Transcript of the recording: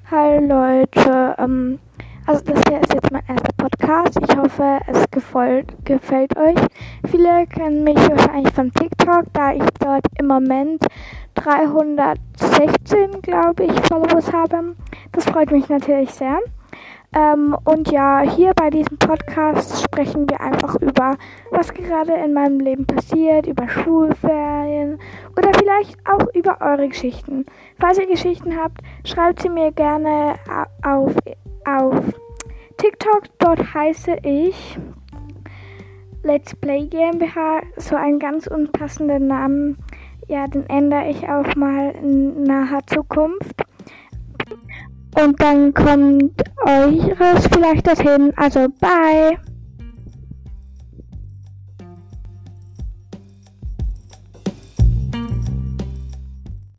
Hi Leute, also das hier ist jetzt mein erster Podcast. Ich hoffe, es gefällt euch. Viele kennen mich wahrscheinlich von TikTok, da ich dort im Moment 316, glaube ich, Followers habe. Das freut mich natürlich sehr. Und ja, hier bei diesem Podcast sprechen wir einfach über, was gerade in meinem Leben passiert, über Schulferien oder vielleicht auch über eure Geschichten. Falls ihr Geschichten habt, schreibt sie mir gerne auf TikTok. Dort heiße ich Let's Play GmbH, so einen ganz unpassenden Namen. Ja, den ändere ich auch mal in naher Zukunft. Und dann kommt eures vielleicht dorthin. Also, bye!